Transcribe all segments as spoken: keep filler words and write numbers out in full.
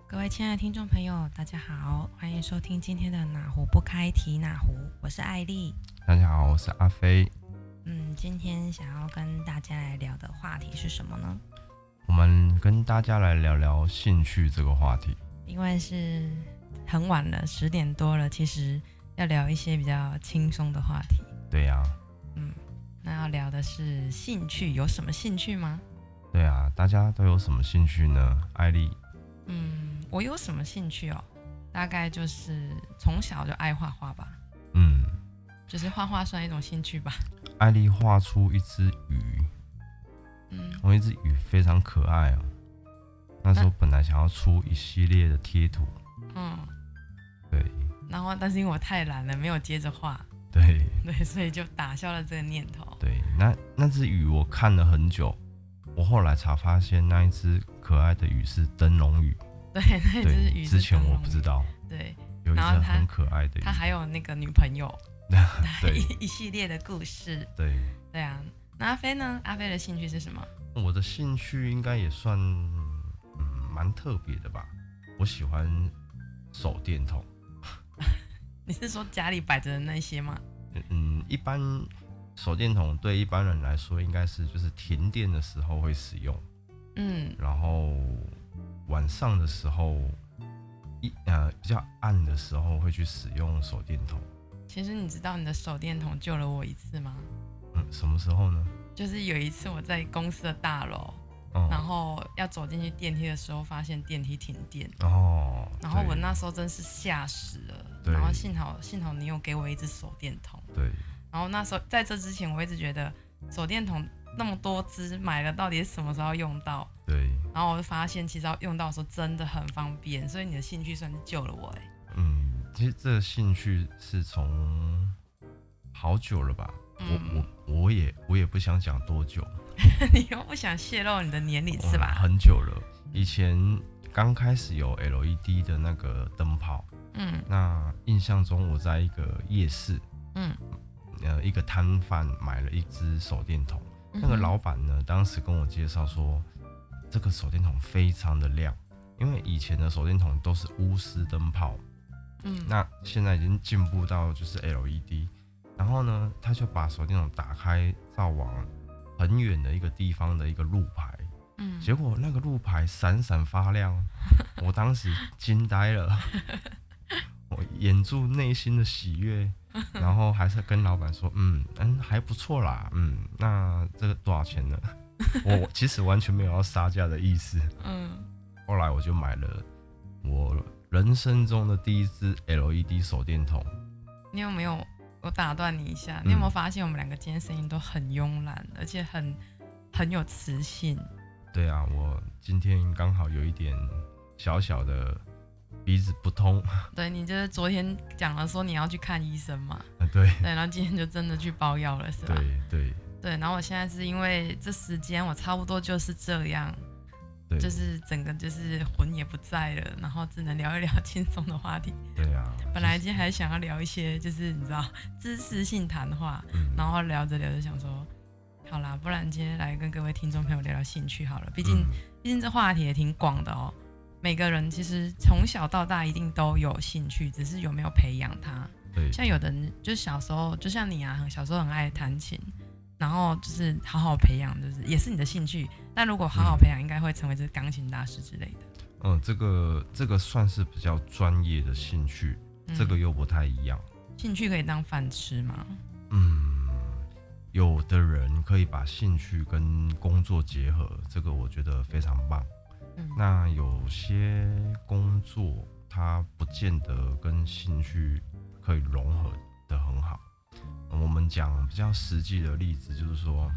各位亲爱的听众朋友，大家好，欢迎收听今天的哪壶不开提哪壶，我是艾丽。 大家好，我是阿飞。 嗯，今天想要跟大家来聊的话题是什么呢？ 我们跟大家来聊聊兴趣这个话题。 因为是很晚了，十点多了，其实要聊一些比较轻松的话题。 对呀、啊， 嗯，那要聊的是兴趣，有什么兴趣吗？ 对啊，大家都有什么兴趣呢？艾丽， 嗯，我有什么兴趣哦？大概就是从小就爱画画吧。 嗯， 就是画画算一种兴趣吧。 艾丽画出一只鱼， 嗯， 我一只鱼非常可爱哦。那时候本来想要出一系列的贴图， 嗯， 对然后但是因为我太懒了，没有接着画， 对对，所以就打消了这个念头。 对，那那只鱼我看了很久，我后来才发现那一只可爱的鱼是灯笼鱼。 对，那只鱼是之前灯笼鱼我不知道， 对， 有一只然后他很可爱的鱼， 他还有那个女朋友， 对一一系列的故事。 对。 对啊，那阿飞呢？阿飞的兴趣是什么？ 我的兴趣应该也算嗯蛮特别的吧，我喜欢手电筒。 你是说家里摆着的那些吗？ 嗯，一般手电筒对一般人来说，应该是就是停电的时候会使用， 嗯， 然后晚上的时候一呃比较暗的时候会去使用手电筒。 其实你知道你的手电筒救了我一次吗？ 嗯，什么时候呢？ 就是有一次我在公司的大楼， 哦、 然后要走进去电梯的时候，发现电梯停电。 哦， 然后我那时候真是吓死了， 对然后幸好幸好你有给我一支手电筒。 对然后那时候在这之前，我一直觉得手电筒那么多支，买了到底是什么时候要用到？ 对， 然后我就发现，其实要用到的时候真的很方便，所以你的兴趣算是救了我哎。 嗯，其实这个兴趣是从好久了吧。 嗯、 我我我也我也不想讲多久， 你又不想泄露你的年龄是吧？ 很久了，以前刚开始有 L E D 的那个灯泡， 嗯， 那印象中我在一个夜市， 嗯， 呃，一个摊贩买了一只手电筒，那个老板呢，当时跟我介绍说，这个手电筒非常的亮，因为以前的手电筒都是钨丝灯泡， 嗯， 那现在已经进步到就是 L E D。然后呢，他就把手电筒打开，照往很远的一个地方的一个路牌， 嗯， 结果那个路牌闪闪发亮，我当时惊呆了，我掩住内心的喜悦，然后还是跟老板说，嗯嗯还不错啦，嗯，那这个多少钱呢？我其实完全没有要杀价的意思， 嗯， 后来我就买了我人生中的第一支 L E D 手电筒。 你有没有？我打断你一下，你有没有发现我们两个今天声音都很慵懒，而且很很有磁性？ 对啊，我今天刚好有一点小小的鼻子不通。 对，你就是昨天讲了说你要去看医生嘛？ 对对，然后今天就真的去包药了，是吧？ 对对对，然后我现在是因为这时间我差不多就是这样， 对， 就是整个就是魂也不在了，然后只能聊一聊轻松的话题。 对啊， 本来今天还想要聊一些就是你知道知识性谈话， 嗯、 然后聊着聊着想说，好啦，不然今天来跟各位听众朋友聊聊兴趣好了。毕竟，毕、嗯、竟这话题也挺广的哦。每个人其实从小到大一定都有兴趣，只是有没有培养它。 对， 像有的人就是小时候，就像你啊，小时候很爱弹琴，然后就是好好培养，就是也是你的兴趣。但如果好好培养，应该会成为这钢琴大师之类的。 嗯，这个这个算是比较专业的兴趣，嗯、这个又不太一样。 兴趣可以当饭吃吗？ 嗯，有的人可以把兴趣跟工作结合，这个我觉得非常棒。嗯、那有些工作它不见得跟兴趣可以融合的很好。我们讲比较实际的例子，就是说，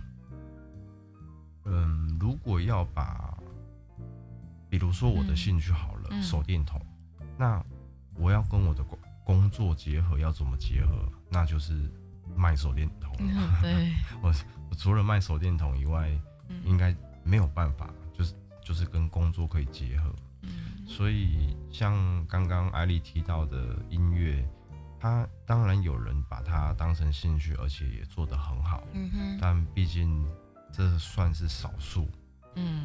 嗯，如果要把，比如说我的兴趣好了，嗯、手电筒，那我要跟我的工工作结合，要怎么结合？那就是卖手电筒。 嗯、对， 我我除了卖手电筒以外， 嗯、 应该没有办法，就是就是跟工作可以结合。 嗯、 所以像刚刚艾莉提到的音乐，它当然有人把它当成兴趣，而且也做得很好。 嗯哼， 但毕竟这算是少数。 嗯。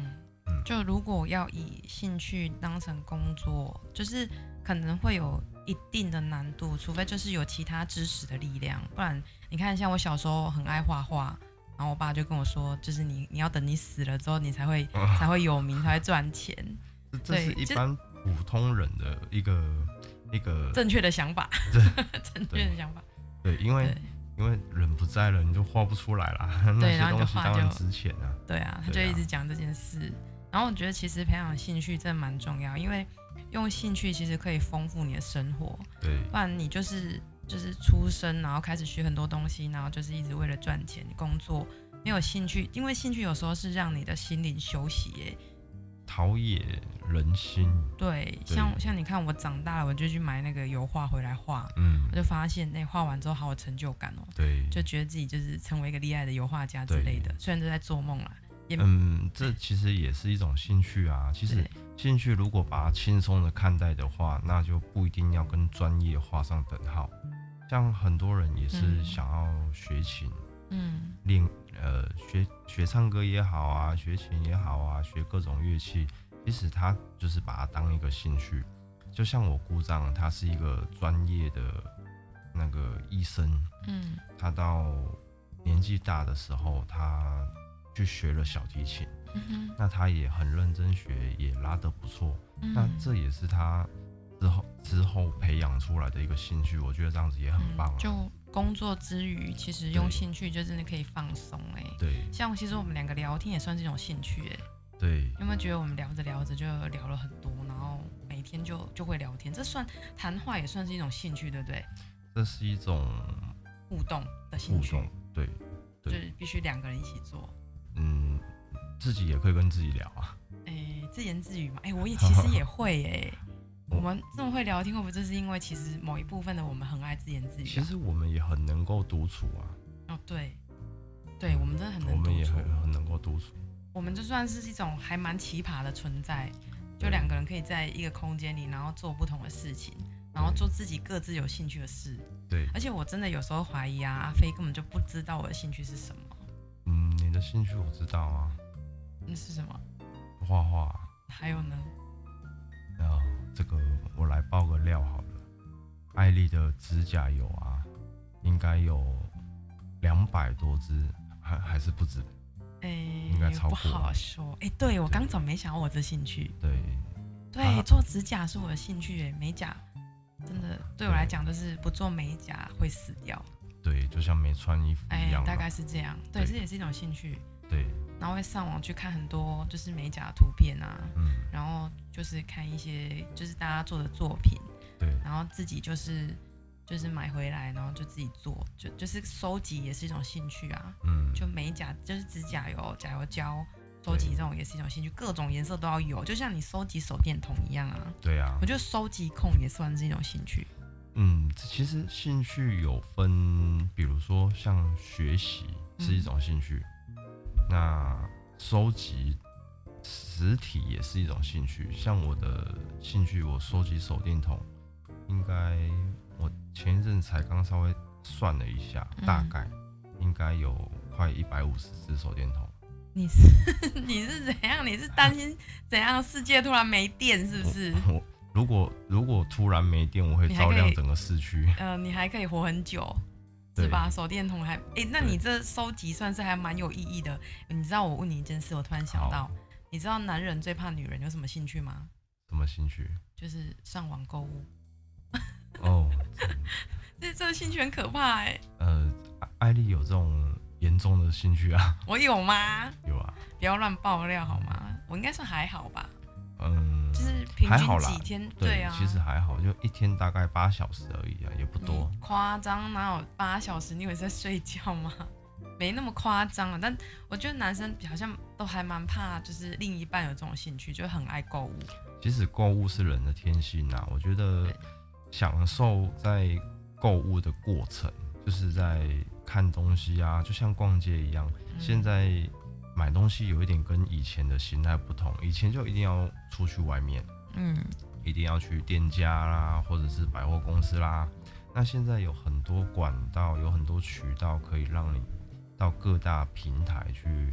嗯， 就如果要以兴趣当成工作，就是可能会有一定的难度，除非就是有其他支持的力量，不然你看，像我小时候很爱画画，然后我爸就跟我说，就是你你要等你死了之后，你才会、哦、才会有名，才会赚钱。 这这是一般普通人的一个一个正确的想法，正确的想法。 对，因为因为人不在了，你就画不出来啦。那些东西当然值钱啊。 对啊，他就一直讲这件事。然后我觉得其实培养兴趣真的蛮重要，因为用兴趣其实可以丰富你的生活。 对， 不然你就是就是出生，然后开始学很多东西，然后就是一直为了赚钱工作，没有兴趣，因为兴趣有时候是让你的心灵休息耶。 陶冶人心。 对，像像你看，我长大了，我就去买那个油画回来画， 嗯， 我就发现那画完之后好有成就感哦。 对， 就觉得自己就是成为一个厉害的油画家之类的，虽然都在做梦啦。 嗯，这其实也是一种兴趣啊。其实兴趣如果把它轻松的看待的话，那就不一定要跟专业画上等号。像很多人也是想要学琴，嗯，练呃学学唱歌也好啊，学琴也好啊，学各种乐器，其实他就是把它当一个兴趣。就像我姑丈，他是一个专业的那个医生，嗯，他到年纪大的时候，他去学了小提琴，嗯、那他也很认真学，也拉得不错。嗯、那这也是他之后之后培养出来的一个兴趣，我觉得这样子也很棒、啊嗯。 就工作之余，其实用兴趣就真的可以放松哎、欸。 对， 像其实我们两个聊天也算是一种兴趣哎、欸。 对， 有没有觉得我们聊着聊着就聊了很多，然后每天就就会聊天，这算谈话也算是一种兴趣，对不对？ 这是一种互动的兴趣， 对，对， 就是必须两个人一起做。 嗯，自己也可以跟自己聊啊。 哎、欸，自言自语嘛。哎、欸，我也其实也会哎、欸。我们这么会聊天，会不会就是因为其实某一部分的我们很爱自言自语、啊？ 其实我们也很能够独处啊。 哦，对，对，我们真的很能独处。 我们也很很能够独处。 我们就算是一种还蛮奇葩的存在，就两个人可以在一个空间里，然后做不同的事情，然后做自己各自有兴趣的事。 对， 而且我真的有时候怀疑啊，阿飞根本就不知道我的兴趣是什么。 嗯，你的兴趣我知道啊。 那是什么？ 画画。 还有呢？ 然后这个我来爆个料好了，艾丽的指甲油啊，应该有两百多支，还还是不止。哎、欸，应该超过。 不好说。哎、欸，对我刚怎么没想到我这兴趣？ 对， 对，做指甲是我的兴趣。哎，美甲真的对我来讲，就是不做美甲会死掉。 对，就像没穿衣服一样、 欸。大概是这样。对，这也是一种兴趣。 对。 然后会上网去看很多就是美甲的图片啊，嗯，然后就是看一些就是大家做的作品， 对， 然后自己就是就是买回来，然后就自己做，就就是收集也是一种兴趣啊，嗯，就美甲就是指甲油、甲油胶，收集这种也是一种兴趣，各种颜色都要有，就像你收集手电筒一样啊。 对啊， 我觉得收集控也算是一种兴趣。 嗯，其实兴趣有分，比如说像学习是一种兴趣。嗯，那收集实体也是一种兴趣，像我的兴趣，我收集手电筒，应该我前一阵才刚稍微算了一下，嗯、大概应该有快一百五十支手电筒。 你是你是怎样？你是担心怎样？世界突然没电是不是？ 我, 我如果如果突然没电，我会照亮整个市区。 呃，你还可以活很久。是吧？手电筒还哎、欸，那你这收集算是还蛮有意义的。你知道我问你一件事，我突然想到，你知道男人最怕女人有什么兴趣吗？ 什么兴趣？ 就是上网购物。 哦， 这这个兴趣很可怕哎、欸。 呃，艾丽有这种严重的兴趣啊？ 我有吗？ 有啊。 不要乱爆料好吗？我应该算还好吧。 嗯， 就是平均几天， 对, 对啊， 其实还好，就一天大概八小时而已啊，也不多。 夸张，哪有八小时？你以为在睡觉吗？没那么夸张啊。但我觉得男生好像都还蛮怕，就是另一半有这种兴趣，就很爱购物。 其实购物是人的天性啊，我觉得享受在购物的过程，就是在看东西啊，就像逛街一样。嗯、现在。买东西有一点跟以前的形态不同，以前就一定要出去外面，嗯，一定要去店家啦，或者是百货公司啦。那现在有很多管道，有很多渠道可以让你到各大平台去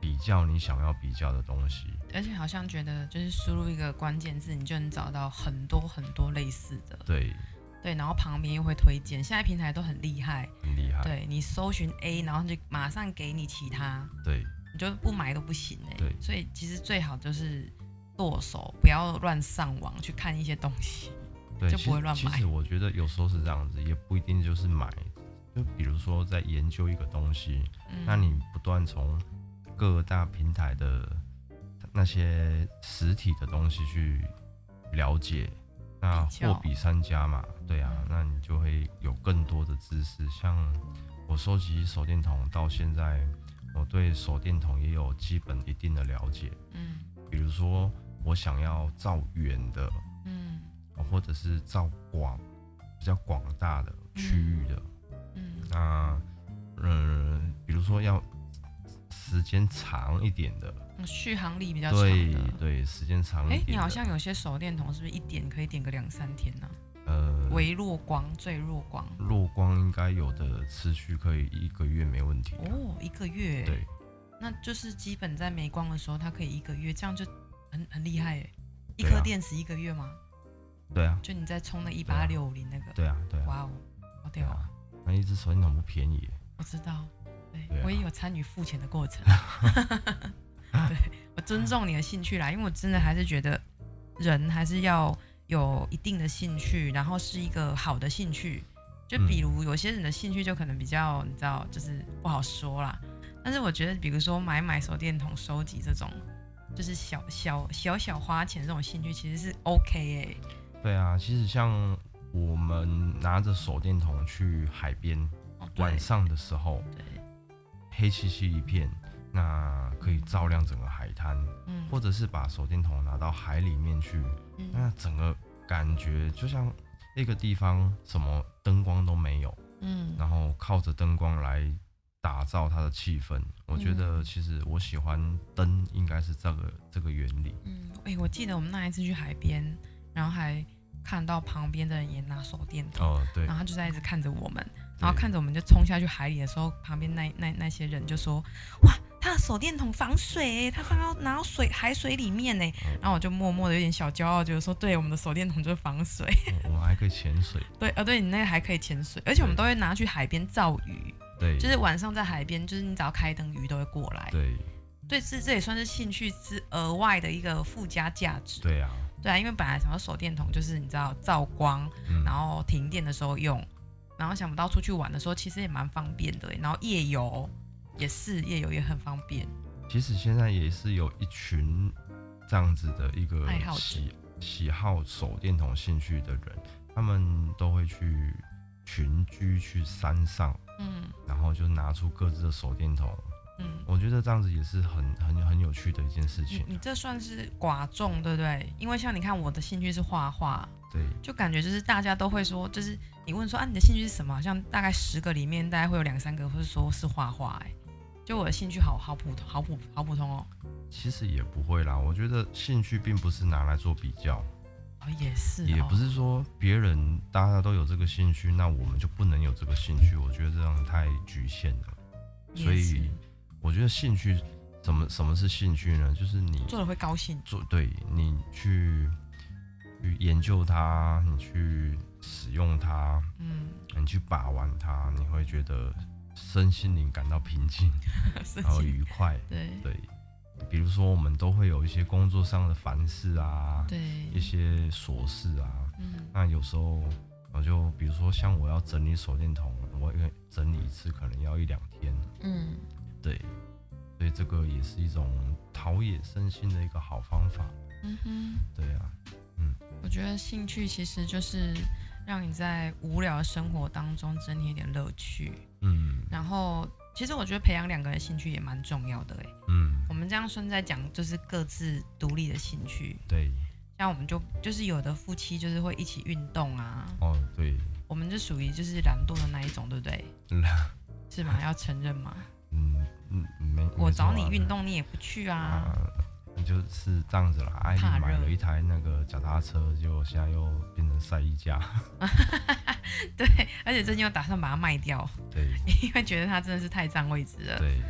比较你想要比较的东西。 而且好像觉得就是输入一个关键字，你就能找到很多很多类似的。 对对，然后旁边又会推荐，现在平台都很厉害， 很厉害。 对，你搜寻 A， 然后就马上给你其他， 对， 你就不买都不行哎。 对， 所以其实最好就是剁手，不要乱上网去看一些东西， 对， 就不会乱买。 其实我觉得有时候是这样子，也不一定就是买。就比如说在研究一个东西，嗯、那你不断从各大平台的那些实体的东西去了解，那货比三家嘛，对啊，嗯、那你就会有更多的知识。像我收集手电筒到现在，我对手电筒也有基本一定的了解。嗯，比如说我想要照远的，嗯，或者是照广比较广大的区域的，嗯，嗯那嗯、呃，比如说要时间长一点的。 续航力比较长的， 对对，时间长一点。哎， 你好像有些手电筒是不是一点可以点个两三天呢、啊？ 呃， 微弱光、最弱光， 弱光应该有的持续可以一个月没问题、啊。 哦，一个月。 对， 那就是基本在没光的时候，它可以一个月，这样就很很厉害哎。一颗电池一个月吗？ 对啊。 就你在充那一八六五零那个。 对啊，对啊。 哇哦，好屌啊！ 那一只手电筒不便宜。 我知道，对， 对啊、 我也有参与付钱的过程。对，我尊重你的兴趣啦，因为我真的还是觉得人还是要有一定的兴趣，然后是一个好的兴趣。就比如有些人的兴趣就可能比较，你知道，就是不好说啦。但是我觉得，比如说买买手电筒、收集这种，就是小小小小花钱这种兴趣，其实是 OK 哎、欸。 对啊，其实像我们拿着手电筒去海边，哦、晚上的时候， 对， 黑漆漆一片。那可以照亮整个海滩，嗯，或者是把手电筒拿到海里面去，嗯、那整个感觉就像那个地方什么灯光都没有，嗯，然后靠着灯光来打造它的气氛。我觉得其实我喜欢灯，应该是这个这个原理。 嗯，哎、欸，我记得我们那一次去海边，然后还看到旁边的人也拿手电筒， 哦，对， 然后他就在一直看着我们，然后看着我们就冲下去海里的时候，旁边那那那些人就说：“哇！”他的手电筒防水，他放到拿到水海水里面呢，然后我就默默的有点小骄傲，觉得说，对，我们的手电筒就是防水， 我们还可以潜水， 对，呃，对你那个还可以潜水，而且我们都会拿去海边照鱼， 对， 就是晚上在海边，就是你只要开灯，鱼都会过来， 对， 对，这这也算是兴趣之额外的一个附加价值， 对啊， 对啊，因为本来想要手电筒就是你知道照光，嗯、然后停电的时候用，然后想不到出去玩的时候其实也蛮方便的，然后夜游。也是夜游也很方便。 其实现在也是有一群这样子的一个喜喜好手电筒兴趣的人，他们都会去群居去山上，嗯，然后就拿出各自的手电筒，嗯，我觉得这样子也是很很很有趣的一件事情、啊你。你这算是寡众，对不对？因为像你看，我的兴趣是画画， 对， 就感觉就是大家都会说，就是你问说啊，你的兴趣是什么？好像大概十个里面，大概会有两三个会说是画画、欸，哎。就我的兴趣好好普通，好普好普通哦。 其实也不会啦，我觉得兴趣并不是拿来做比较， 哦也是、哦， 也不是说别人大家都有这个兴趣，那我们就不能有这个兴趣。我觉得这样太局限了。所以我觉得兴趣，什么什么是兴趣呢？就是你做了会高兴， 做对你去去研究它，你去使用它，嗯，你去把玩它，你会觉得。身心灵感到平静，然后愉快。 对对，比如说我们都会有一些工作上的烦事啊， 对， 一些琐事啊。嗯，那有时候我就比如说像我要整理手电筒，我整理一次可能要一两天。嗯，对，所以这个也是一种陶冶身心的一个好方法。嗯哼，对啊，嗯， 我觉得兴趣其实就是让你在无聊的生活当中增添一点乐趣。嗯，然后其实我觉得培养两个人兴趣也蛮重要的哎。嗯，我们这样算在讲就是各自独立的兴趣。 对， 像我们就就是有的夫妻就是会一起运动啊。 哦，对。 我们就属于就是懒惰的那一种，对不对？是吗？要承认吗？ 嗯嗯，没。 我找你运动，你也不去啊。啊就是这样子啦，艾莉买了一台那个脚踏车，结果现在又变成晒衣架。 对，而且最近又打算把它卖掉。 对， 因为觉得它真的是太占位置了。 对，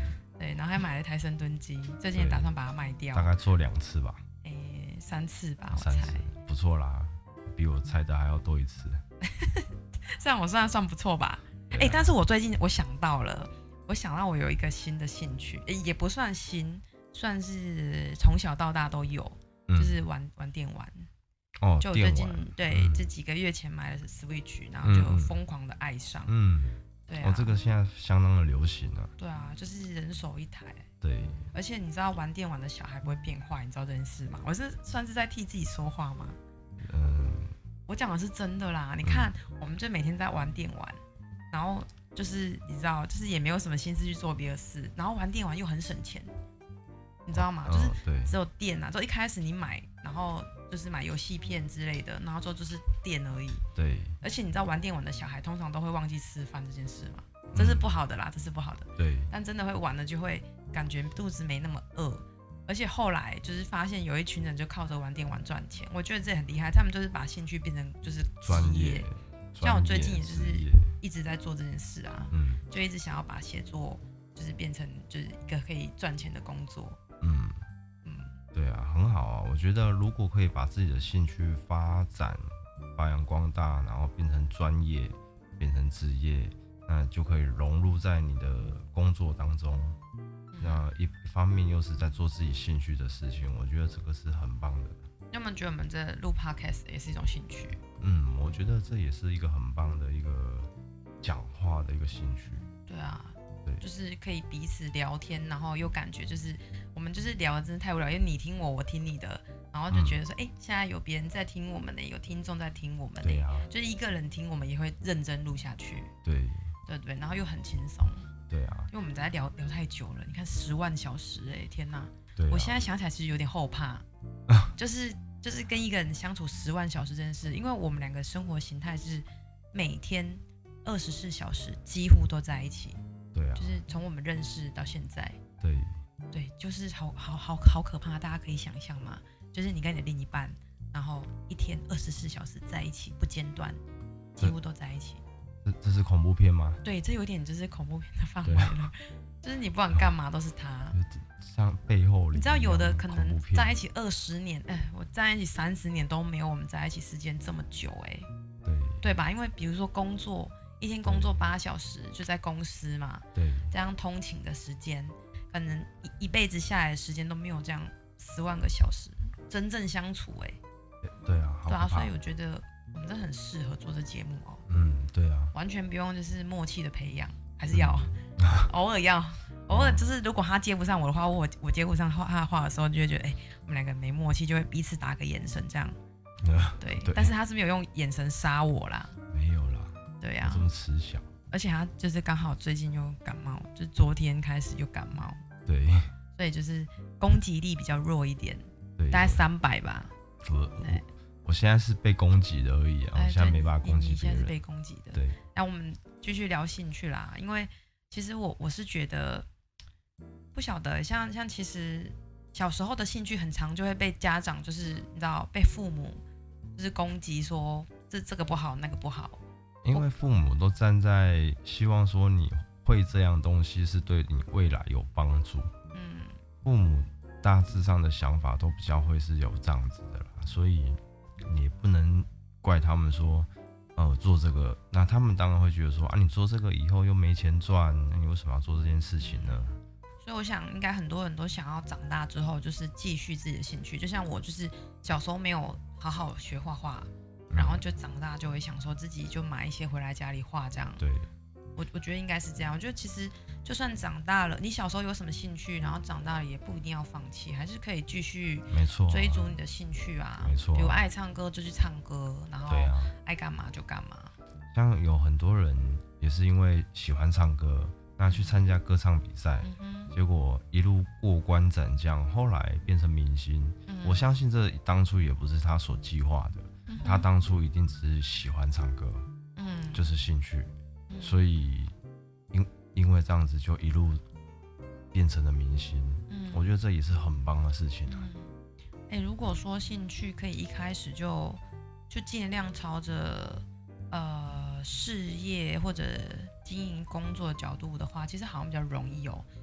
对，然后还买了一台深蹲机，最近也打算把它卖掉， 大概做两次吧， 诶，三次吧，我三次猜， 不错啦，比我猜的还要多一次。 这样我算算不错吧？哎、 啊， 但是我最近我想到了，我想到我有一个新的兴趣，诶也不算新，算是从小到大都有， 嗯、 就是玩玩电玩。 哦， 就我最近对、 嗯、 这几个月前买的是 Switch， 然后就疯狂的爱上。 嗯， 对啊， 哦，这个现在相当的流行啊。 对啊，就是人手一台。 对， 而且你知道玩电玩的小孩不会变坏，你知道这件事吗？我是算是在替自己说话吗？ 嗯， 我讲的是真的啦。你看，嗯、我们就每天在玩电玩，然后就是你知道，就是也没有什么心思去做别的事，然后玩电玩又很省钱，你知道吗？ 哦、 就是只有电啊，就一开始你买，然后就是买游戏片之类的，然后之后就是电而已。 对。 而且你知道玩电玩的小孩通常都会忘记吃饭这件事吗？这是不好的啦，这是不好的。 对。 但真的会玩了就会感觉肚子没那么饿，而且后来就是发现有一群人就靠着玩电玩赚钱，我觉得这也很厉害。他们就是把兴趣变成就是专业， 像我最近也就是一直在做这件事啊， 嗯， 就一直想要把写作就是变成就是一个可以赚钱的工作。 嗯嗯， 对啊，很好啊。我觉得如果可以把自己的兴趣发展、发扬光大，然后变成专业、变成职业。那就可以融入在你的工作当中，那一方面又是在做自己兴趣的事情，我觉得这个是很棒的。 那么觉得我们这录 podcast 也是一种兴趣？ 嗯，我觉得这也是一个很棒的一个讲话的一个兴趣。 对啊， 对， 就是可以彼此聊天，然后又感觉就是我们就是聊的真的太无聊，因为你听我，我听你的，然后就觉得说，哎、嗯，现在有别人在听我们的，有听众在听我们的， 对啊， 就是一个人听我们也会认真录下去。 对。 对对，然后又很轻松。 对啊， 因为我们在聊聊太久了，你看十万小时哎、欸，天哪！ 对、啊， 我现在想起来其实有点后怕，就是就是跟一个人相处十万小时这件事，因为我们两个生活形态是每天二十四小时几乎都在一起。 对啊， 就是从我们认识到现在。 对。 对，就是好好好好可怕，大家可以想象吗？就是你跟你的另一半，然后一天二十四小时在一起不间断，几乎都在一起。 这这是恐怖片吗？ 对，这有点就是恐怖片的范围了。就是你不管干嘛都是他， 像背后你知道有的可能在一起二十年，哎，我在一起三十年都没有我们在一起时间这么久，哎， 对对吧？因为比如说工作一天工作八小时就在公司嘛， 对， 这样通勤的时间，可能一一辈子下来的时间都没有这样十万个小时真正相处，哎， 对啊， 对啊，所以我觉得我们真的很适合做这节目哦。 嗯，对啊， 完全不用就是默契的培养，还是要、嗯、偶尔要，偶尔就是如果他接不上我的话，我我接不上他的话的时候，就会觉得哎、欸，我们两个没默契，就会彼此打个眼神这样。 嗯、 对, 对， 但是他是没有用眼神杀我啦， 没有啦， 对啊， 这么慈祥， 而且他就是刚好最近又感冒，就昨天开始又感冒， 对， 所以就是攻击力比较弱一点， 对， 大概三百吧。 我我现在是被攻击的而已啊，我现在没办法攻击别人。 你现在是被攻击的。 对， 那我们继续聊兴趣啦，因为其实我我是觉得，不晓得像像其实小时候的兴趣很常就会被家长就是你知道被父母就是攻击说这这个不好那个不好， 因为父母都站在希望说你会这样东西是对你未来有帮助。嗯，父母大致上的想法都比较会是有这样子的啦，所以你不能怪他们说，呃，做这个，那他们当然会觉得说，啊，你做这个以后又没钱赚，那你为什么要做这件事情呢？ 所以我想，应该很多人都想要长大之后就是继续自己的兴趣，就像我，就是小时候没有好好学画画，然后就长大就会想说自己就买一些回来家里画这样。 对。 我我觉得应该是这样。我觉得其实就算长大了，你小时候有什么兴趣，然后长大了也不一定要放弃，还是可以继续没错追逐你的兴趣啊。 没错， 比如爱唱歌就去唱歌，然后爱干嘛就干嘛。 像有很多人也是因为喜欢唱歌，那去参加歌唱比赛，嗯、结果一路过关斩将，后来变成明星。嗯、我相信这当初也不是他所计划的，嗯、他当初一定只是喜欢唱歌，嗯，就是兴趣。所以因因为这样子就一路变成了明星，嗯，我觉得这也是很棒的事情啊。 哎、嗯欸，如果说兴趣可以一开始就就尽量朝着呃事业或者经营工作的角度的话，其实好像比较容易哦。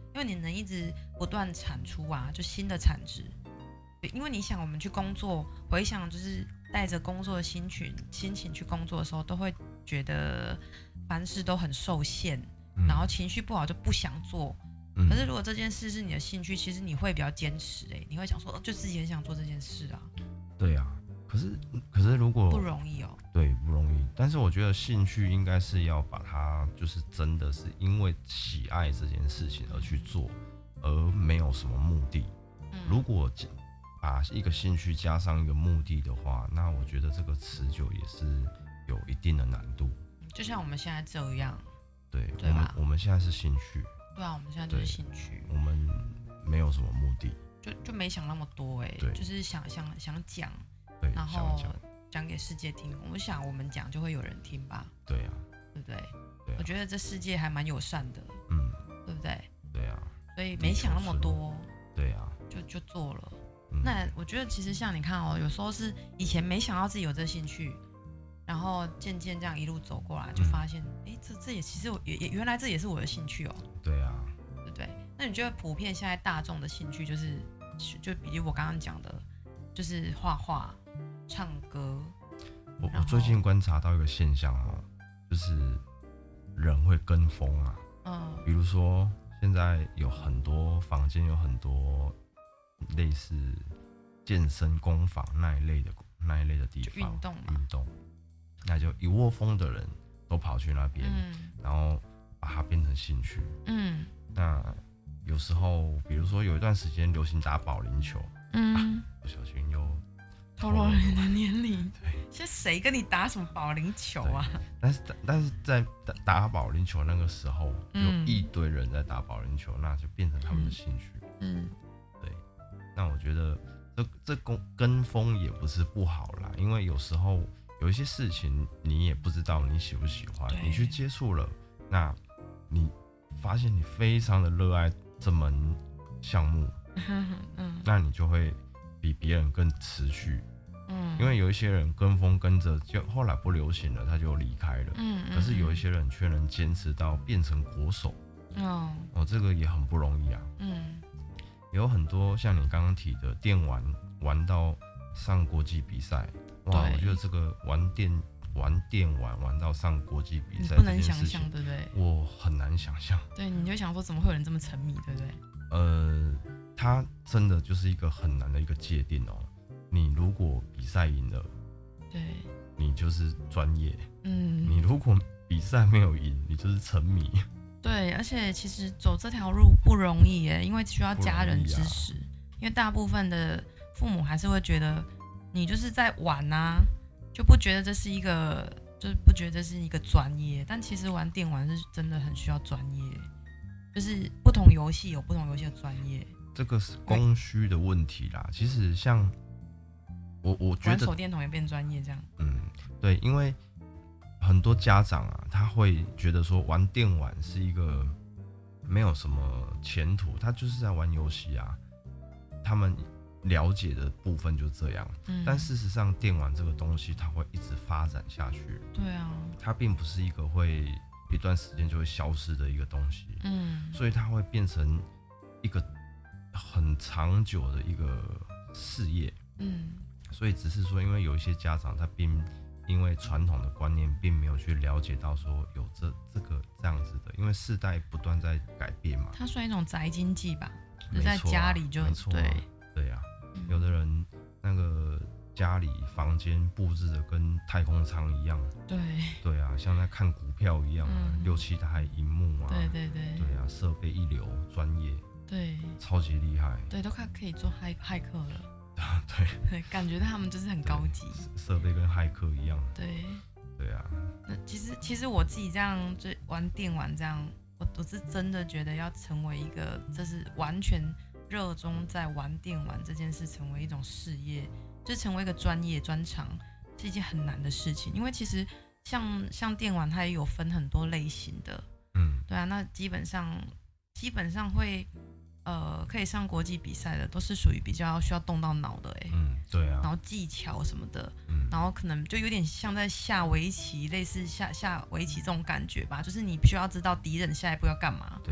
因为你能一直不断产出啊，就新的产值。对，因为你想，我们去工作，回想就是带着工作的心情心情去工作的时候，都会觉得凡事都很受限，嗯、然后情绪不好就不想做。嗯、可是如果这件事是你的兴趣，其实你会比较坚持、欸，哎，你会想说，就自己很想做这件事啊。 对啊，可是可是如果不容易哦， 对，不容易。但是我觉得兴趣应该是要把它，就是真的是因为喜爱这件事情而去做，而没有什么目的。嗯、如果把一个兴趣加上一个目的的话，那我觉得这个持久也是有一定的难度。 就像我们现在这样， 对， 对我们我们现在是兴趣， 对啊，我们现在就是兴趣， 我们没有什么目的， 就就没想那么多哎、欸，就是想想想讲，然后讲给世界听。我想我们讲就会有人听吧， 对啊， 对不对？ 对啊、 我觉得这世界还蛮友善的， 嗯， 对不对？ 对啊， 所以没想那么多， 对啊， 就就做了。那我觉得其实像你看哦，有时候是以前没想到自己有这兴趣，然后渐渐这样一路走过来，就发现，哎、嗯，这这也其实我也也原来这也是我的兴趣哦。 对啊， 对不对？那你觉得普遍现在大众的兴趣就是，就比如我刚刚讲的，就是画画、唱歌。 我我最近观察到一个现象哦，就是人会跟风啊。嗯。比如说，现在有很多房间有很多。类似健身工坊那一类的那一类的地方， 运动运动，那就一窝蜂的人都跑去那边，嗯、然后把它变成兴趣。嗯，那有时候，比如说有一段时间流行打保龄球，嗯，啊、不小心又透露了你的年龄。对，现在谁跟你打什么保龄球啊？ 但是但是在打保龄球那个时候，有一堆人在打保龄球，那就变成他们的兴趣。嗯。嗯那我觉得这这跟跟风也不是不好啦，因为有时候有一些事情你也不知道你喜不喜欢，你去接触了，那你发现你非常的热爱这门项目，嗯、那你就会比别人更持续。嗯，因为有一些人跟风跟着，就后来不流行了，他就离开了。嗯，嗯可是有一些人却能坚持到变成国手。哦，哦，这个也很不容易啊。嗯。有很多像你刚刚提的电玩玩到上国际比赛，哇！我觉得这个玩电玩电玩玩到上国际比赛， 你不能想象，对不对？ 我很难想象。 对，你就想说怎么会有人这么沉迷，对不对？ 呃，它真的就是一个很难的一个界定哦。你如果比赛赢了， 对， 你就是专业。嗯，你如果比赛没有赢，你就是沉迷。 对，而且其实走这条路不容易耶，因为需要家人支持。啊、因为大部分的父母还是会觉得你就是在玩啊，就不觉得这是一个，就是不觉得这是一个专业。但其实玩电玩是真的很需要专业，就是不同游戏有不同游戏的专业。 这个是供需的问题啦。其实像我，我觉得玩手电筒也变专业这样。 嗯，对，因为。很多家长啊，他会觉得说玩电玩是一个没有什么前途，他就是在玩游戏啊。他们了解的部分就这样，嗯、但事实上，电玩这个东西它会一直发展下去。 对啊， 它并不是一个会一段时间就会消失的一个东西。嗯，所以它会变成一个很长久的一个事业。嗯，所以只是说，因为有一些家长他并因为传统的观念并没有去了解到说有这这个这样子的，因为世代不断在改变嘛。 它算一种宅经济吧，就在家里就没错、啊，对对呀、啊嗯。有的人那个家里房间布置的跟太空舱一样， 对对啊，像在看股票一样啊，嗯、六七台萤幕啊， 对对对， 对啊，设备一流，专业， 对， 超级厉害， 对，都快可以做骇骇客了。 对对，感觉他们就是很高级， 设备跟骇客一样。 对对啊， 那其实其实我自己这样就玩电玩这样，我我是真的觉得要成为一个，就是完全热衷在玩电玩这件事，成为一种事业，就成为一个专业专长，是一件很难的事情。因为其实像像电玩，它也有分很多类型的，嗯，对啊，那基本上基本上会。呃，可以上国际比赛的都是属于比较需要动到脑的哎、欸， 嗯，对啊， 然后技巧什么的，嗯，然后可能就有点像在下围棋，类似下下围棋这种感觉吧，就是你必须要知道敌人下一步要干嘛， 对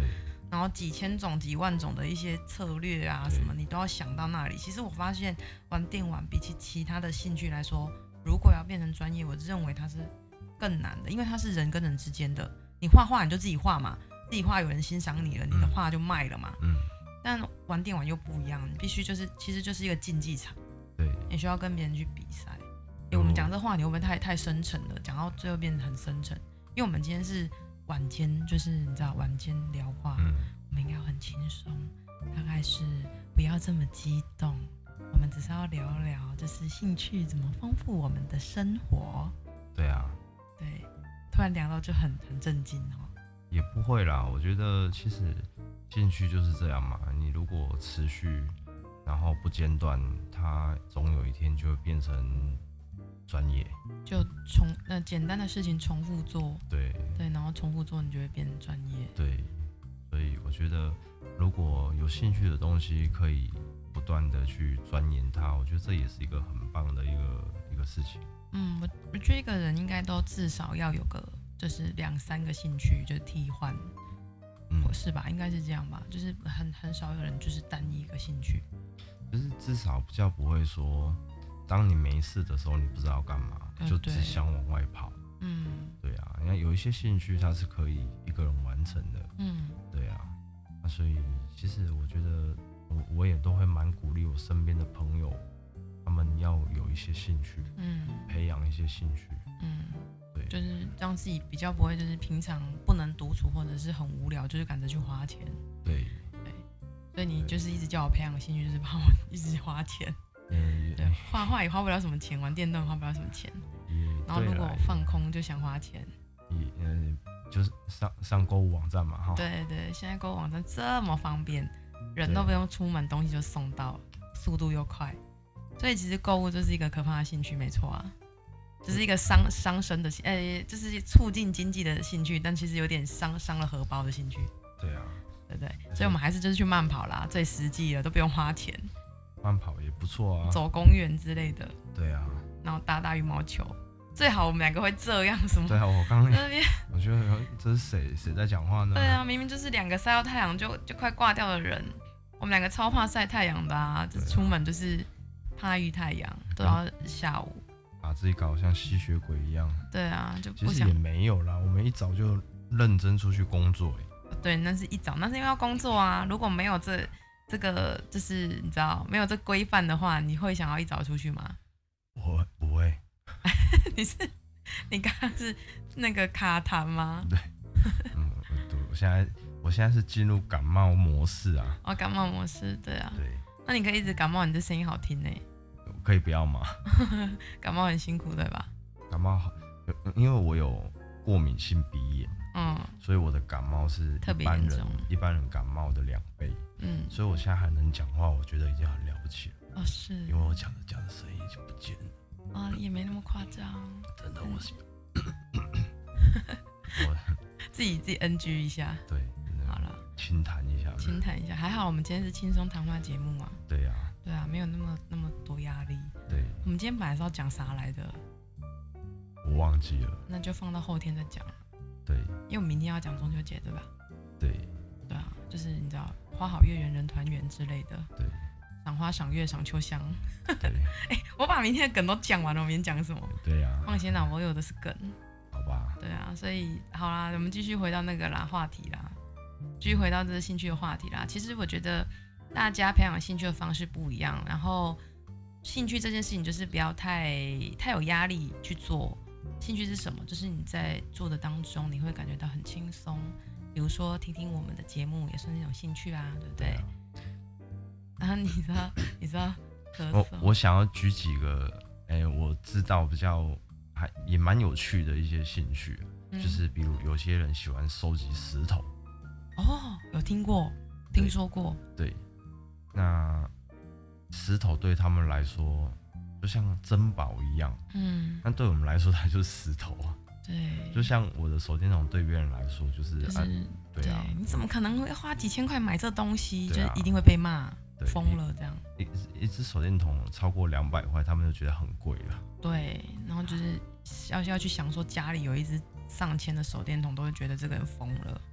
然后几千种、几万种的一些策略啊什么，你都要想到那里。其实我发现玩电玩比起其他的兴趣来说，如果要变成专业，我认为它是更难的，因为它是人跟人之间的。你画画你就自己画嘛，自己画有人欣赏你了，你的画就卖了嘛。嗯。但玩电玩又不一样，你必须就是其实就是一个竞技场， 对， 你需要跟别人去比赛。哎，我们讲这话你会不会太太深沉了？讲到最后变得很深沉，因为我们今天是晚间，就是你知道晚间聊话，嗯、我们应该要很轻松，大概是不要这么激动，我们只是要聊聊，就是兴趣怎么丰富我们的生活。 对啊， 对，突然聊到就很很震惊哦。 也不会啦，我觉得其实兴趣就是这样嘛，你如果持续，然后不间断，它总有一天就会变成专业。 就重那简单的事情重复做， 对对，然后重复做，你就会变成专业。 对，所以我觉得如果有兴趣的东西，可以不断的去钻研它，我觉得这也是一个很棒的一个一个事情。 嗯，我我觉得一个人应该都至少要有个就是两三个兴趣，就是替换。嗯，是吧？应该是这样吧，就是很很少有人就是单一一个兴趣， 就是至少比较不会说，当你没事的时候，你不知道干嘛，嗯、就只想往外跑。嗯，对啊，你看有一些兴趣它是可以一个人完成的。嗯，对啊，那所以其实我觉得我我也都会蛮鼓励我身边的朋友，他们要有一些兴趣，嗯，培养一些兴趣，嗯。 就是让自己比较不会，就是平常不能独处或者是很无聊，就是赶着去花钱。 对对，所以你就是一直叫我培养兴趣，就是怕我一直花钱。嗯，对，画画也花不了什么钱，玩电动也花不了什么钱。然后如果放空就想花钱， 也嗯，就是上上购物网站嘛，哈。 对对，现在购物网站这么方便，人都不用出门，东西就送到，速度又快，所以其实购物就是一个可怕的兴趣，没错啊。就是一个伤伤身的，呃、欸，就是促进经济的兴趣，但其实有点伤伤了荷包的兴趣。 对啊， 对不对？所以我们还是就是去慢跑啦，最实际了，都不用花钱。 慢跑也不错啊， 走公园之类的。 对啊， 然后打打羽毛球，最好我们两个会这样什么？ 对啊，我刚刚那边，我觉得这是谁谁在讲话呢？ 对啊，明明就是两个晒到太阳就就快挂掉的人，我们两个超怕晒太阳的啊，就是出门就是怕遇太阳，都要下午。 把自己搞得像吸血鬼一样。 对啊，就不想。 其实也没有啦，我们一早就认真出去工作。 对，那是一早，那是因为要工作啊。如果没有这这个，就是你知道，没有这规范的话，你会想要一早出去吗？ 我不会。 你是你刚刚是那个卡痰吗？ 对，嗯，我现在我现在是进入感冒模式啊。 哦，感冒模式，对啊。 对。 那你可以一直感冒，你的声音好听呢。 可以不要吗？ 感冒很辛苦，对吧？ 感冒好，因为我有过敏性鼻炎，嗯，所以我的感冒是一般人一般人感冒的两倍，嗯，所以我现在还能讲话，我觉得已经很了不起了。 哦，是， 因为我讲着讲着声音就不见了。 啊、哦，也没那么夸张。 真的，我是我自己自己 N G 一下。 对， 好了， 轻谈一下， 轻谈一下，还好我们今天是轻松谈话节目啊。 对呀、啊。 对啊，没有那么那么多压力。 对， 我们今天本来是要讲啥来的？ 我忘记了。 那就放到后天再讲。 对， 因为我们明天要讲中秋节，对吧？ 对。 对啊，就是你知道花好月圆人团圆之类的。 对。 赏花赏月赏秋香。 对。 哎、欸，我把明天的梗都讲完了，我明天讲什么？ 对呀、啊。 放心啦，我有的是梗。 好吧。 对啊，所以好啦，我们继续回到那个啦话题啦，继续回到这个兴趣的话题啦。其实我觉得。大家培养兴趣的方式不一样，然后兴趣这件事情就是不要太太有压力去做。兴趣是什么？就是你在做的当中，你会感觉到很轻松。比如说听听我们的节目，也算是一种兴趣啊，对不对？对啊、然后你知道，你知道咳嗽， 我我想要举几个，哎、欸，我知道比较还也蛮有趣的一些兴趣，嗯、就是比如有些人喜欢收集石头。 哦，有听过，听说过， 对。对那石头对他们来说就像珍宝一样，嗯，但对我们来说它就是石头啊。 对， 就像我的手电筒对别人来说就是，就是、啊对啊， 对，你怎么可能会花几千块买这东西？啊、就是一定会被骂疯了这样。 一一只手电筒超过两百块，他们就觉得很贵了。 对，然后就是要要去想说家里有一只上千的手电筒，都会觉得这个人疯了。 对，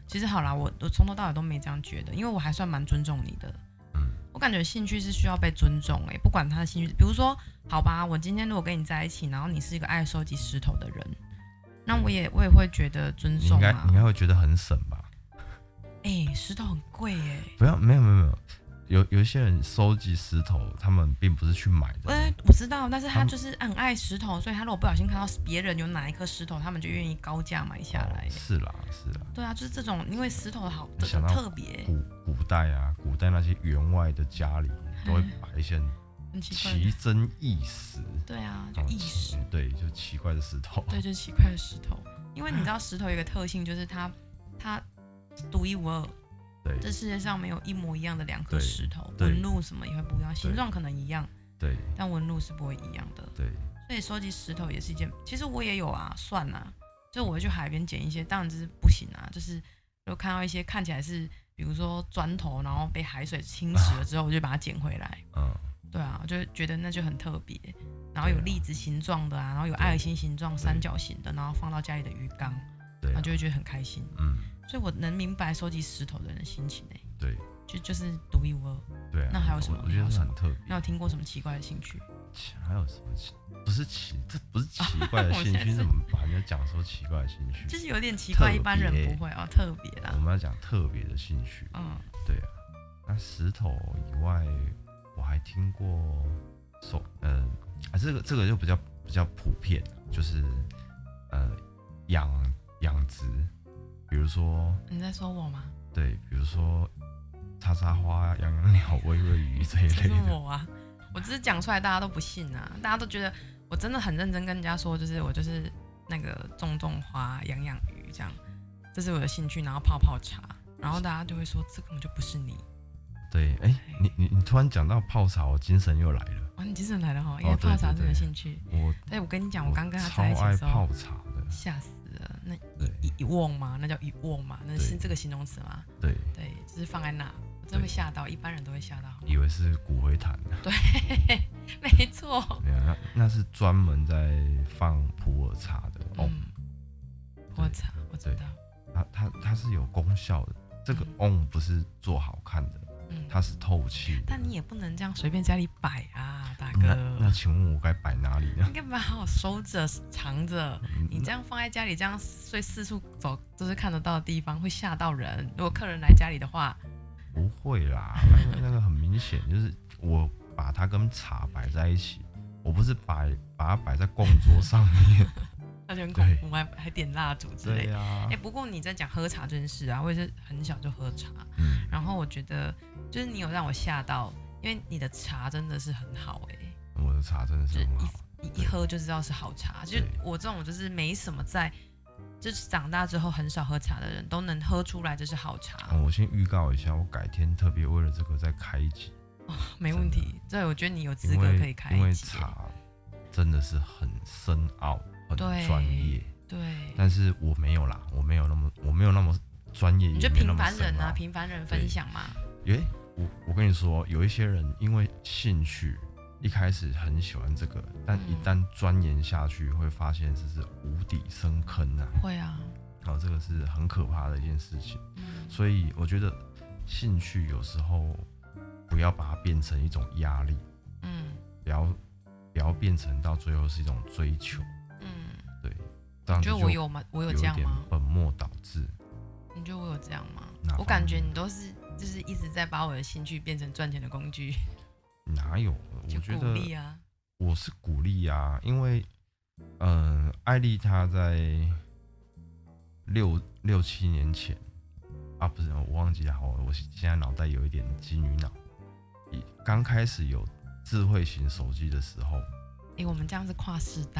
其实好啦，我我从头到尾都没这样觉得，因为我还算蛮尊重你的。嗯，我感觉兴趣是需要被尊重哎、欸，不管他的兴趣，比如说，好吧，我今天如果跟你在一起，然后你是一个爱收集石头的人，那我也我也会觉得尊重啊。 你应该你应该会觉得很省吧？ 哎、欸，石头很贵哎、欸。 不要，没有没有没有。有有一些人收集石头，他们并不是去买的。 呃，我知道，但是他就是很爱石头，所以他如果不小心看到别人有哪一颗石头，他们就愿意高价买下来、欸哦。是啦，是啦。 对啊，就是这种，因为石头好特别。 古古代啊，古代那些员外的家里都会摆一些奇珍异石。 对啊，就异石。 对，就奇怪的石头。 对，就是奇怪的石头。因为你知道石头有一个特性，就是它它独一无二。这世界上没有一模一样的两颗石头，纹路什么也会不一样，形状可能一样，对，但纹路是不会一样的。对，所以收集石头也是一件，其实我也有啊，算啊，就我会去海边捡一些，当然这是不行啊，就是有看到一些看起来是，比如说砖头，然后被海水侵蚀了之后，我就把它捡回来。嗯，对啊，我就觉得那就很特别，然后有粒子形状的啊，然后有爱心形状、三角形的，然后放到家里的鱼缸，然后就会觉得很开心。嗯。所以我能明白收集石头的人的心情哎、欸， 对， 就就是独一无二。对啊，那还有什么？ 我觉得是很特别。 那有听过什么奇怪的兴趣？ 还有什么奇？不是奇，这不是奇怪的兴趣，怎么把人家讲说奇怪的兴趣？ 就是有点奇怪，一般人不会哦，特别啦。 我们要讲特别的兴趣。嗯，对啊。那石头以外，我还听过手，呃，啊，这个这个就比较比较普遍，就是呃养养殖。比如说， 你在说我吗？ 对，比如说插插花、养养鸟、喂喂鱼这一类的。 是我啊，我只是讲出来，大家都不信啊，大家都觉得我真的很认真跟人家说，就是我就是那个种种花、养养鱼这样，这是我的兴趣，然后泡泡茶，然后大家就会说这根本就不是你。 对，哎、欸，你你你突然讲到泡茶，我精神又来了。 啊，你精神来了哈，因为泡茶是你的兴趣。 哦、对对对我，哎，我跟你讲，我刚跟他在一起的时候， 超爱泡茶的， 吓死。那一一瓮嘛，那叫一瓮嘛，那是这个形容词吗？ 对对，就是放在那，我真会吓到，一般人都会吓到， 以为是骨灰坛。 对，没错。 没有，那那是专门在放普洱茶的瓮。 嗯，普洱茶我知道， 它它它是有功效的，这个瓮不是做好看的。它是透气的， 但你也不能这样随便家里摆啊，大哥。 那, 那请问我该摆哪里呢？ 应该把它好好收着、藏着。嗯、你这样放在家里，这样随四处走都是看得到的地方，会吓到人。如果客人来家里的话， 不会啦，那个那个很明显，就是我把它跟茶摆在一起，我不是摆把它摆在供桌上面。 那就很恐怖，还还点蜡烛之类的。哎、 啊欸，不过你在讲喝茶这件事啊，我也是很小就喝茶，嗯，然后我觉得就是你有让我吓到，因为你的茶真的是很好哎、欸。 我的茶真的是很好， 一一喝就知道是好茶。就我这种就是没什么在，就是长大之后很少喝茶的人都能喝出来这是好茶。 嗯、我先预告一下，我改天特别为了这个再开一集。 哦，没问题，对，我觉得你有资格可以开一集。 因为茶真的是很深奥。很专业， 对， 但是我没有啦，我没有那么，我没有那么专业， 你就平凡人啊，平凡人分享嘛。 耶，我我跟你说，有一些人因为兴趣，一开始很喜欢这个，但一旦钻研下去，会发现这是无底深坑啊。 会啊， 然后这个是很可怕的一件事情。嗯，所以我觉得兴趣有时候不要把它变成一种压力，嗯，不要不要变成到最后是一种追求。 你觉得我有吗？我有这样吗？ 本末倒置。 你觉得我有这样吗？我感觉你都是就是一直在把我的兴趣变成赚钱的工具。 哪有？我觉得鼓励啊， 我是鼓励啊，因为嗯、呃，艾丽她在六六七年前啊，不是我忘记了，我现在脑袋有一点金鱼脑。刚开始有智慧型手机的时候， 哎、欸，我们这样是跨世代。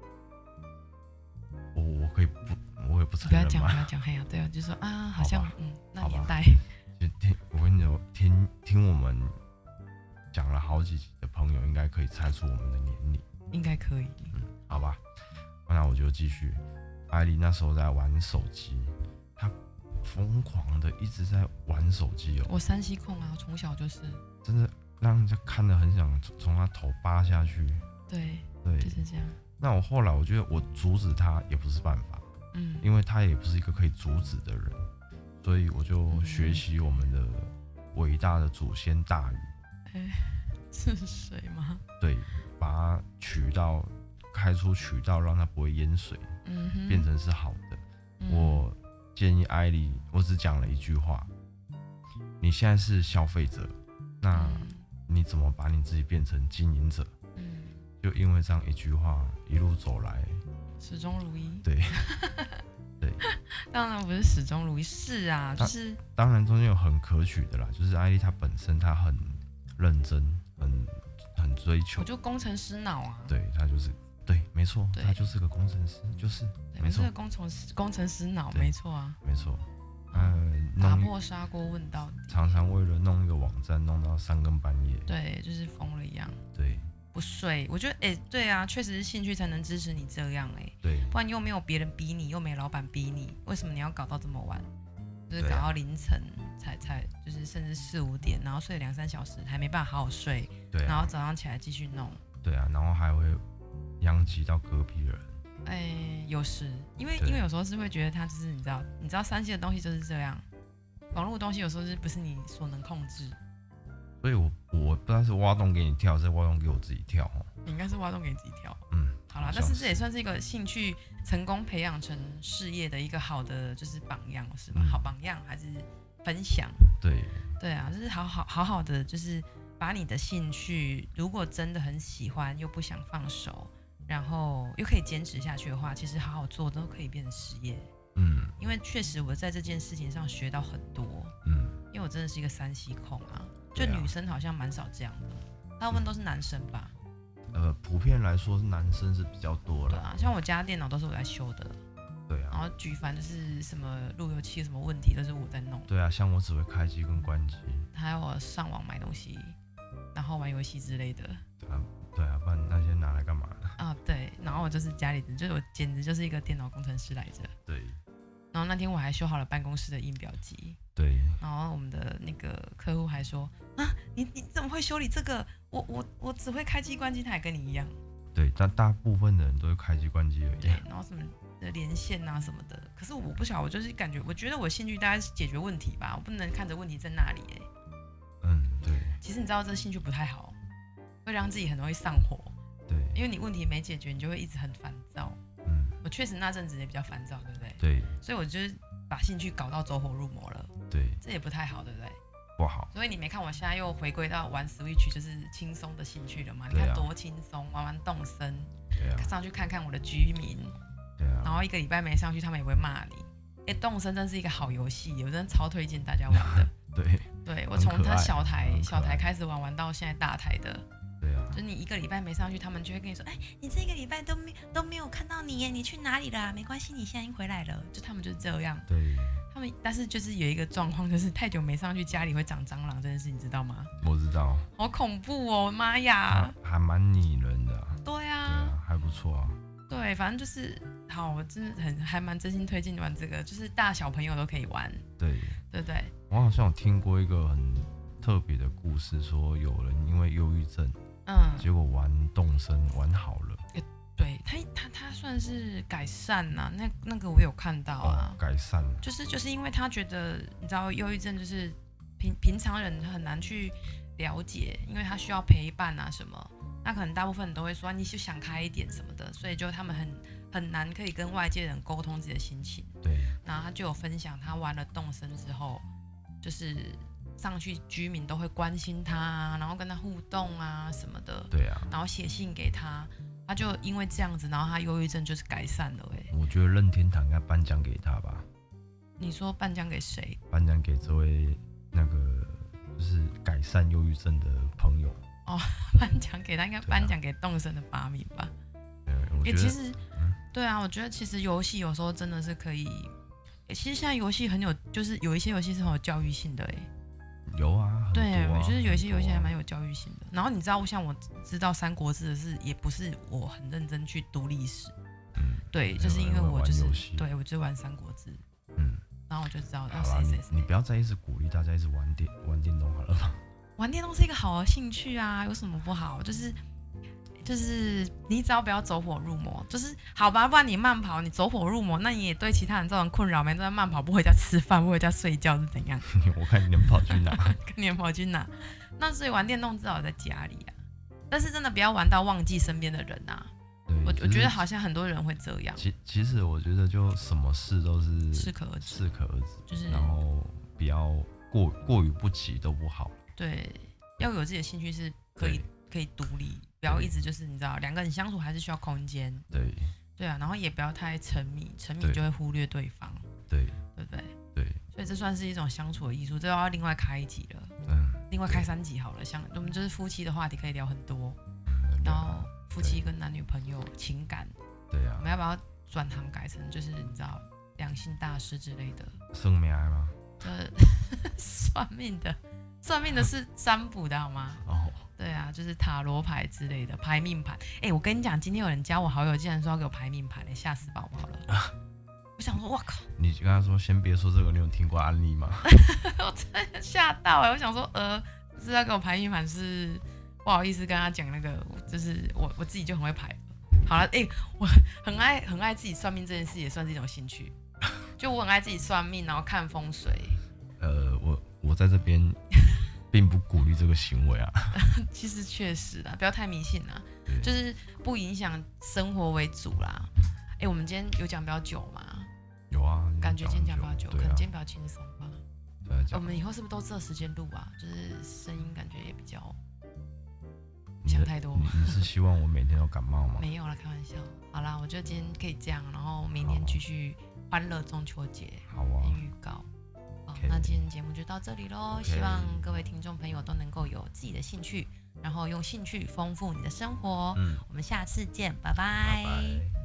我我可以不，我也不承认嘛。 不要讲，不要讲，嘿呀，对啊，就说啊，好像好嗯，那年代。 就听我跟你说，听听我们讲了好几集的朋友，应该可以猜出我们的年龄。 应该可以。 嗯，好吧，那我就继续。艾莉那时候在玩手机，她疯狂的一直在玩手机哦。 我三 C 控啊，从小就是。 真的让人家看得很想从她头扒下去。 对对， 就是这样。 那我后来我觉得我阻止他也不是办法，嗯，因为他也不是一个可以阻止的人， 所以我就学习我们的伟大的祖先大禹。 哎、是水吗？ 对，把它取到开出渠道，让它不会淹水， 嗯哼， 变成是好的。 嗯、 我建议艾莉，我只讲了一句话：你现在是消费者，那你怎么把你自己变成经营者？ 嗯， 就因为这样一句话，一路走来， 始终如一。 对，对， 当然不是始终如一，是啊，就是当然中间有很可取的啦，就是艾莉她本身她很认真，很很追求。 我就工程师脑啊， 对，她就是对，没错， 对她就是个工程师，就是没错， 工程师工程师脑，没错啊， 没错。呃， 打破砂锅问到底， 常常为了弄一个网站弄到三更半夜， 对，就是疯了一样， 对， 不睡。我觉得，哎、欸，对啊，确实是兴趣才能支持你这样、欸，哎， 对， 不然又没有别人逼你，又没老板逼你，为什么你要搞到这么晚？就是搞啊到凌晨才才，就是甚至四五点，然后睡两三小时，还没办法好好睡， 对、啊， 然后早上起来继续弄， 对啊，然后还会殃及到隔壁人。 哎、欸，有时因为因为有时候是会觉得他就是你知道，你知道三 C 的东西就是这样。网络的东西有时候是不是你所能控制？ 所以我我不知道是挖洞给你跳，还是挖洞给我自己跳哦。 你应该是挖洞给你自己跳。 嗯， 好啦，但是这也算是一个兴趣成功培养成事业的一个好的就是榜样，是吗？嗯、好榜样还是分享？ 对对啊，就是好好好好的，就是把你的兴趣，如果真的很喜欢又不想放手，然后又可以坚持下去的话，其实好好做都可以变成事业。 嗯， 因为确实我在这件事情上学到很多， 嗯， 因为我真的是一个三 C 控啊，就女生好像蛮少这样的，大部分都是男生吧。 呃，普遍来说是男生是比较多了。 对啊，像我家电脑都是我在修的。 对啊。 然后举凡就是什么路由器有什么问题都是我在弄。 对啊，像我只会开机跟关机， 还有我上网买东西，然后玩游戏之类的。 对啊，对啊，不然那些拿来干嘛呢？ 啊，对，然后我就是家里的，就是我简直就是一个电脑工程师来着。 对。 然后那天我还修好了办公室的印表机。 对。 然后我们的那个客户还说啊，你你怎么会修理这个？我我我只会开机关机，他也跟你一样。 对，但大部分的人都会开机关机而已。 对，然后什么的连线啊什么的。可是我不晓得，我就是感觉，我觉得我兴趣大概是解决问题吧，我不能看着问题在那里哎、欸。 嗯，对。 其实你知道这兴趣不太好，会让自己很容易上火。 对。 因为你问题没解决，你就会一直很烦躁。 嗯。 我确实那阵子也比较烦躁，对不对？ 对。 所以我就是把兴趣搞到走火入魔了。 对。 这也不太好，对不对？ 不好。 所以你没看我现在又回归到玩 Switch 就是轻松的兴趣了吗？你看多轻松，玩玩动森， 对啊， 上去看看我的居民， 对啊， 然后一个礼拜没上去，他们也不会骂你。哎，动森真是一个好游戏，我真的超推荐大家玩的。 对， 对我从他小台小台开始玩，玩到现在大台的。 对啊， 就是你一个礼拜没上去，他们就会跟你说：“哎，你这个礼拜都没都没有看到你耶，你去哪里了？没关系，你现在已经回来了。”就他们就是这样。 对。 他们，但是就是有一个状况，就是太久没上去，家里会长蟑螂这件事，你知道吗？ 我知道。 好恐怖哦，妈呀！ 还蛮拟人的、啊。 对啊。 对啊，还不错啊。 对，反正就是好，我真的很还蛮真心推荐你玩这个，就是大小朋友都可以玩。 对。 对不对？ 我好像有听过一个很特别的故事，说有人因为忧郁症， 嗯， 结果玩动森玩好了。 对他，他他算是改善呐、啊，那那个我有看到啊， 哦、改善， 就是就是因为他觉得，你知道，忧郁症就是平平常人很难去了解，因为他需要陪伴啊什么，那可能大部分人都会说你就想开一点什么的，所以就他们很很难可以跟外界人沟通自己的心情。 对， 然后他就有分享，他玩了动森之后，就是上去居民都会关心他啊，然后跟他互动啊什么的， 对啊， 然后写信给他。他就因为这样子，然后他忧郁症就是改善了。哎， 我觉得任天堂应该颁奖给他吧。 你说颁奖给谁？ 颁奖给这位那个就是改善忧郁症的朋友。 哦，颁奖给他，应该颁奖给动森的发明吧。 对、啊，我觉得、 欸、其实、 嗯， 对啊，我觉得其实游戏有时候真的是可以。欸、其实现在游戏很有，就是有一些游戏是很有教育性的。哎。 有啊， 对， 啊、 我觉得有一些游戏还蛮有教育性的。然后你知道，像我知道《三国志》的是，也不是我很认真去读历史， 嗯， 对，就是因为我就是对我就玩《三国志》， 嗯， 然后我就知道要谁谁谁。你不要再一直鼓励大家一直玩电玩电动好了吧？ 玩电动是一个好的兴趣啊，有什么不好？就是就是你只要不要走火入魔，就是好吧，不然你慢跑，你走火入魔，那你也对其他人造成困扰，每天都在慢跑，不回家吃饭，不回家睡觉是怎样？ 我看你能跑去哪？ 看你能跑去哪？那所以玩电动至少在家里啊，但是真的不要玩到忘记身边的人啊。我我觉得好像很多人会这样。 其其实我觉得就什么事都是适可而止， 适可而止， 就是然后不要过过于不及都不好。 对，要有自己的兴趣是可以可以独立，不要一直就是你知道两个人相处还是需要空间。 对对啊，然后也不要太沉迷，沉迷就会忽略对方。 对对不对？ 对， 所以这算是一种相处的艺术，这要另外开一集了。 嗯， 另外开三集好了，像我们就是夫妻的话题可以聊很多，嗯、然后夫妻跟男女朋友情感， 对啊， 我们要不要转行改成就是你知道两性大师之类的？ 算命吗？ 呃，算命的，算命的是占卜的好吗？哦，对啊，就是塔罗牌之类的排命盘。哎，我跟你讲，今天有人加我好友，竟然说要给我排命盘，吓死宝宝了。我想说，哇靠！ 你跟他说先别说这个，你有听过案例吗？ 我真的吓到哎、欸！我想说，呃，是要给我排命盘，是不好意思跟他讲那个，就是我我自己就很会排。好了，哎、欸，我很爱很爱自己算命这件事，也算是一种兴趣。就我很爱自己算命，然后看风水。 呃，我我在这边并不鼓励这个行为啊。 其实确实啦，不要太迷信啦，就是不影响生活为主啦。哎、欸，我们今天有讲比较久吗？ 有啊， 感觉今天讲比较久， 啊、 可能今天比较轻松吧。 对、啊， 我们以后是不是都这时间录啊？就是声音感觉也比较想太多。 你, 你是希望我每天都感冒吗？ 没有啦，开玩笑。好啦，我觉得今天可以这样，然后明天继续欢乐中秋节。 好啊。 预告。好， okay. 那今天节目就到这里喽。Okay. 希望各位听众朋友都能够有自己的兴趣，然后用兴趣丰富你的生活。嗯，我们下次见，拜拜。 拜拜。